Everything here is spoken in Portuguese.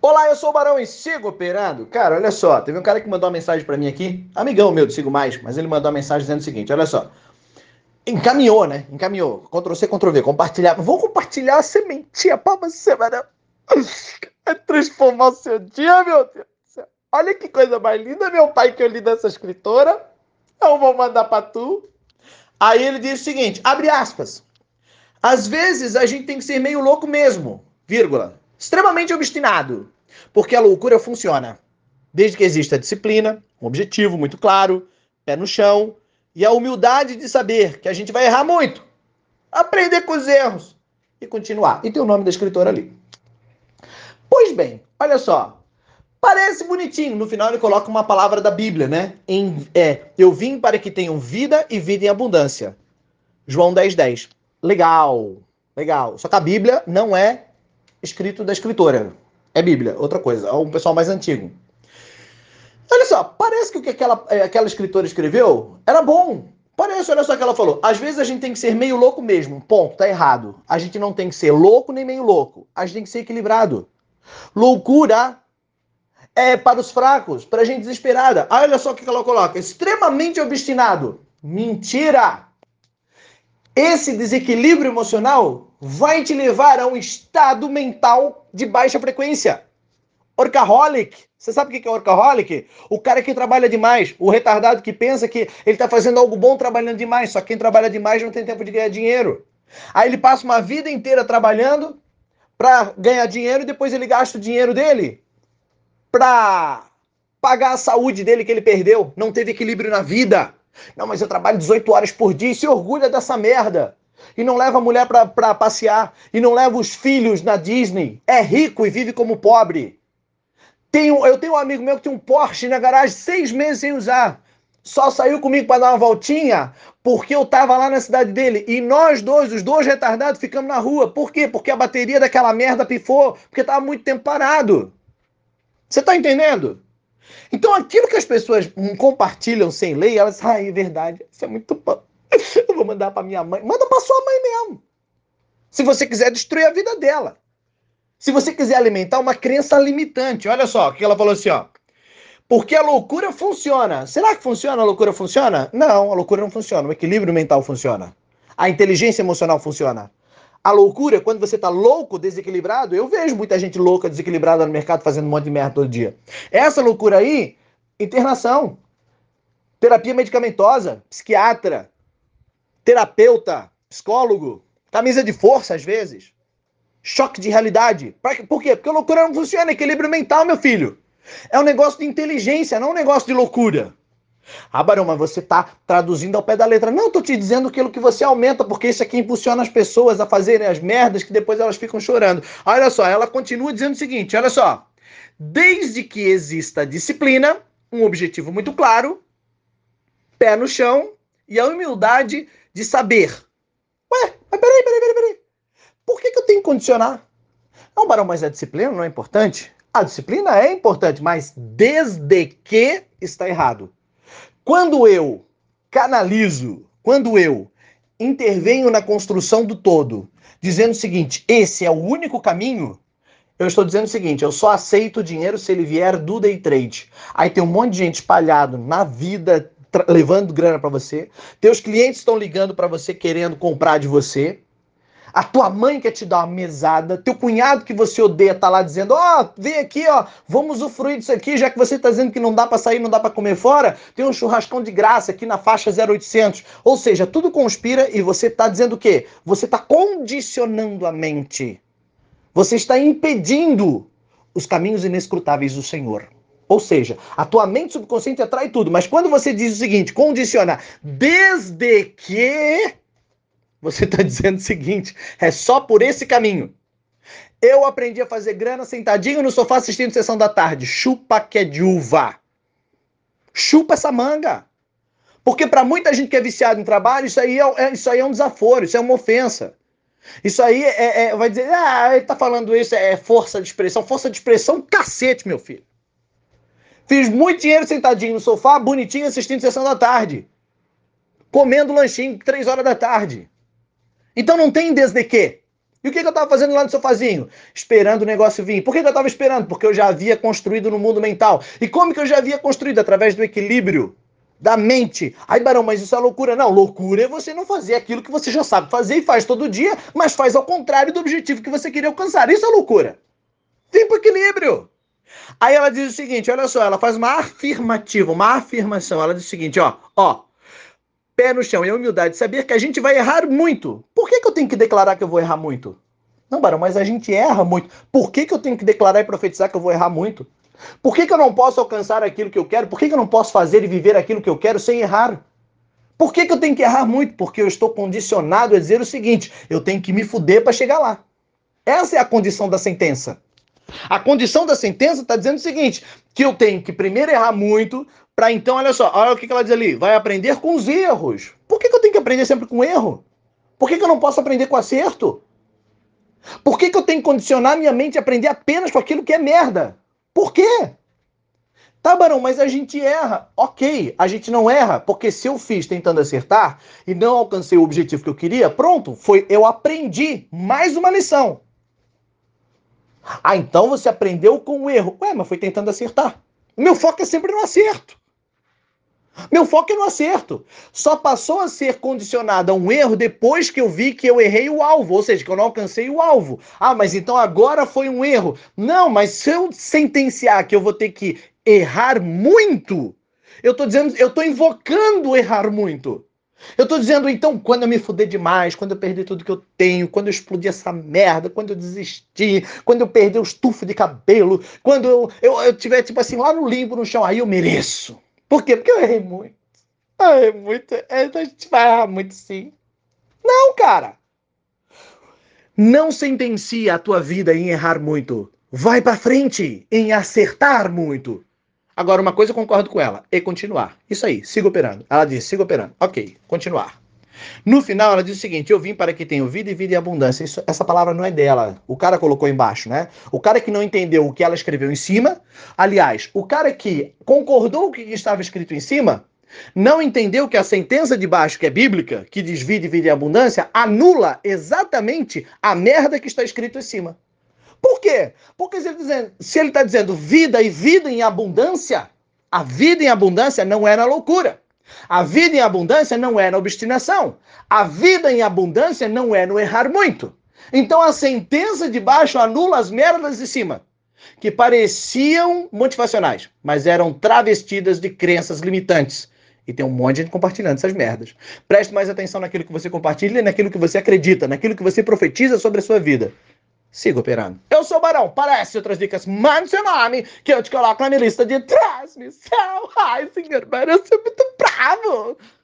Olá, eu sou o Barão e sigo operando. Cara, olha só, teve um cara que mandou uma mensagem pra mim aqui, amigão meu do Sigo Mais, mas ele mandou uma mensagem dizendo o seguinte, olha só. Encaminhou, né? Encaminhou. Ctrl+C, Ctrl+V. Compartilhar. Vou compartilhar a sementinha pra você, Barão. Vai transformar o seu dia, meu Deus do céu. Olha que coisa mais linda, meu pai, que eu li dessa escritora. Eu vou mandar pra tu. Aí ele diz o seguinte, abre aspas. Às vezes a gente tem que ser meio louco mesmo, vírgula, extremamente obstinado, porque a loucura funciona. Desde que exista disciplina, um objetivo muito claro, pé no chão e a humildade de saber que a gente vai errar muito, aprender com os erros e continuar. E tem o nome da escritora ali. Pois bem, olha só. Parece bonitinho. No final ele coloca uma palavra da Bíblia, né? Eu vim para que tenham vida e vida em abundância. João 10:10. Legal, legal. Só que a Bíblia não é escrito da escritora. É Bíblia, outra coisa. É um pessoal mais antigo. Olha só, parece que o que aquela escritora escreveu era bom. Parece, olha só o que ela falou. Às vezes a gente tem que ser meio louco mesmo. Ponto, tá errado. A gente não tem que ser louco nem meio louco. A gente tem que ser equilibrado. Loucura é para os fracos, para a gente desesperada. Aí olha só o que ela coloca. Extremamente obstinado. Mentira! Esse desequilíbrio emocional vai te levar a um estado mental de baixa frequência. Workaholic. Você sabe o que é workaholic? O cara que trabalha demais. O retardado que pensa que ele está fazendo algo bom trabalhando demais. Só que quem trabalha demais não tem tempo de ganhar dinheiro. Aí ele passa uma vida inteira trabalhando para ganhar dinheiro e depois ele gasta o dinheiro dele para pagar a saúde dele que ele perdeu. Não teve equilíbrio na vida. Não, mas eu trabalho 18 horas por dia e se orgulha dessa merda. E não leva a mulher pra passear. E não leva os filhos na Disney. É rico e vive como pobre. Eu tenho um amigo meu que tem um Porsche na garagem 6 meses sem usar. Só saiu comigo para dar uma voltinha porque eu tava lá na cidade dele. E nós dois, os dois retardados, ficamos na rua. Por quê? Porque a bateria daquela merda pifou. Porque tava muito tempo parado. Você tá entendendo? Então aquilo que as pessoas compartilham sem lei, elas, é verdade, isso é muito bom. Eu vou mandar para minha mãe. Manda para sua mãe mesmo. Se você quiser destruir a vida dela. Se você quiser alimentar uma crença limitante. Olha só, o que ela falou assim, ó. Porque a loucura funciona. Será que funciona? A loucura funciona? Não, a loucura não funciona. O equilíbrio mental funciona. A inteligência emocional funciona. A loucura, quando você tá louco, desequilibrado, eu vejo muita gente louca, desequilibrada no mercado, fazendo um monte de merda todo dia. Essa loucura aí, internação, terapia medicamentosa, psiquiatra, terapeuta, psicólogo, camisa de força às vezes, choque de realidade. Por quê? Porque a loucura não funciona, é equilíbrio mental, meu filho. É um negócio de inteligência, não um negócio de loucura. Ah, Barão, mas você tá traduzindo ao pé da letra. Não, tô te dizendo aquilo que você aumenta, porque isso aqui impulsiona as pessoas a fazerem as merdas que depois elas ficam chorando. Olha só, ela continua dizendo o seguinte, olha só. Desde que exista disciplina, um objetivo muito claro, pé no chão e a humildade de saber. Ué, mas peraí. Por que eu tenho que condicionar? Não, Barão, mas a disciplina não é importante? A disciplina é importante, mas desde que está errado. Quando eu canalizo, quando eu intervenho na construção do todo, dizendo o seguinte, esse é o único caminho, eu estou dizendo o seguinte, eu só aceito o dinheiro se ele vier do day trade. Aí tem um monte de gente espalhado na vida, levando grana para você, teus clientes estão ligando para você querendo comprar de você, a tua mãe quer te dar uma mesada, teu cunhado que você odeia tá lá dizendo, ó, vem aqui, ó, vamos usufruir disso aqui, já que você tá dizendo que não dá para sair, não dá para comer fora, tem um churrascão de graça aqui na faixa 0800. Ou seja, tudo conspira e você tá dizendo o quê? Você tá condicionando a mente. Você está impedindo os caminhos inescrutáveis do Senhor. Ou seja, a tua mente subconsciente atrai tudo, mas quando você diz o seguinte, condiciona, desde que... Você está dizendo o seguinte, é só por esse caminho. Eu aprendi a fazer grana sentadinho no sofá assistindo Sessão da Tarde. Chupa que é de uva. Chupa essa manga. Porque para muita gente que é viciado em trabalho, isso aí é um desaforo, isso é uma ofensa. Isso aí vai dizer, ele tá falando isso, é força de expressão. Força de expressão, cacete, meu filho. Fiz muito dinheiro sentadinho no sofá, bonitinho, assistindo Sessão da Tarde. Comendo lanchinho 3 horas da tarde. Então não tem desde que. E o que eu estava fazendo lá no sofazinho? Esperando o negócio vir. Por que eu estava esperando? Porque eu já havia construído no mundo mental. E como que eu já havia construído? Através do equilíbrio da mente. Aí, Barão, mas isso é loucura. Não, loucura é você não fazer aquilo que você já sabe fazer e faz todo dia, mas faz ao contrário do objetivo que você queria alcançar. Isso é loucura. Vem pro equilíbrio. Aí ela diz o seguinte, olha só, ela faz uma afirmativa, uma afirmação. Ela diz o seguinte, ó, pé no chão e a humildade, saber que a gente vai errar muito. Por que eu tenho que declarar que eu vou errar muito? Não, Barão, mas a gente erra muito. Por que eu tenho que declarar e profetizar que eu vou errar muito? Por que eu não posso alcançar aquilo que eu quero? Por que eu não posso fazer e viver aquilo que eu quero sem errar? Por que eu tenho que errar muito? Porque eu estou condicionado a dizer o seguinte, eu tenho que me fuder para chegar lá. Essa é a condição da sentença. A condição da sentença está dizendo o seguinte, que eu tenho que primeiro errar muito, para então, olha só, olha o que ela diz ali, vai aprender com os erros. Por que eu tenho que aprender sempre com erro? Por que eu não posso aprender com acerto? Por que eu tenho que condicionar minha mente a aprender apenas com aquilo que é merda? Por quê? Tá, Barão, mas a gente erra. Ok, a gente não erra, porque se eu fiz tentando acertar e não alcancei o objetivo que eu queria, pronto, eu aprendi mais uma lição. Ah, então você aprendeu com o erro. Ué, mas foi tentando acertar. O meu foco é sempre no acerto. Meu foco é no acerto. Só passou a ser condicionado a um erro depois que eu vi que eu errei o alvo, ou seja, que eu não alcancei o alvo. Ah, mas então agora foi um erro. Não, mas se eu sentenciar que eu vou ter que errar muito, eu estou invocando errar muito. Eu tô dizendo, então, quando eu me fuder demais, quando eu perder tudo que eu tenho, quando eu explodir essa merda, quando eu desistir, quando eu perder o estufo de cabelo, quando eu tiver, tipo assim, lá no limbo, no chão, aí eu mereço. Por quê? Porque eu errei muito. Eu errei muito. A gente vai errar muito, sim. Não, cara. Não sentencia a tua vida em errar muito. Vai pra frente em acertar muito. Agora, uma coisa eu concordo com ela, e continuar. Isso aí, siga operando. Ela disse, siga operando. Ok, continuar. No final, ela diz o seguinte, eu vim para que tenham vida e vida em abundância. Essa palavra não é dela. O cara colocou embaixo, né? O cara que não entendeu o que ela escreveu em cima, aliás, o cara que concordou com o que estava escrito em cima, não entendeu que a sentença de baixo, que é bíblica, que diz vida e vida em abundância, anula exatamente a merda que está escrito em cima. Por quê? Porque se ele está dizendo vida e vida em abundância, a vida em abundância não é na loucura. A vida em abundância não é na obstinação. A vida em abundância não é no errar muito. Então a sentença de baixo anula as merdas de cima, que pareciam motivacionais, mas eram travestidas de crenças limitantes. E tem um monte de gente compartilhando essas merdas. Preste mais atenção naquilo que você compartilha e naquilo que você acredita, naquilo que você profetiza sobre a sua vida. Siga operando. Eu sou o Barão. Parece outras dicas, mande seu nome que eu te coloco na minha lista de transmissão. Ai, senhor Barão, você é muito bravo.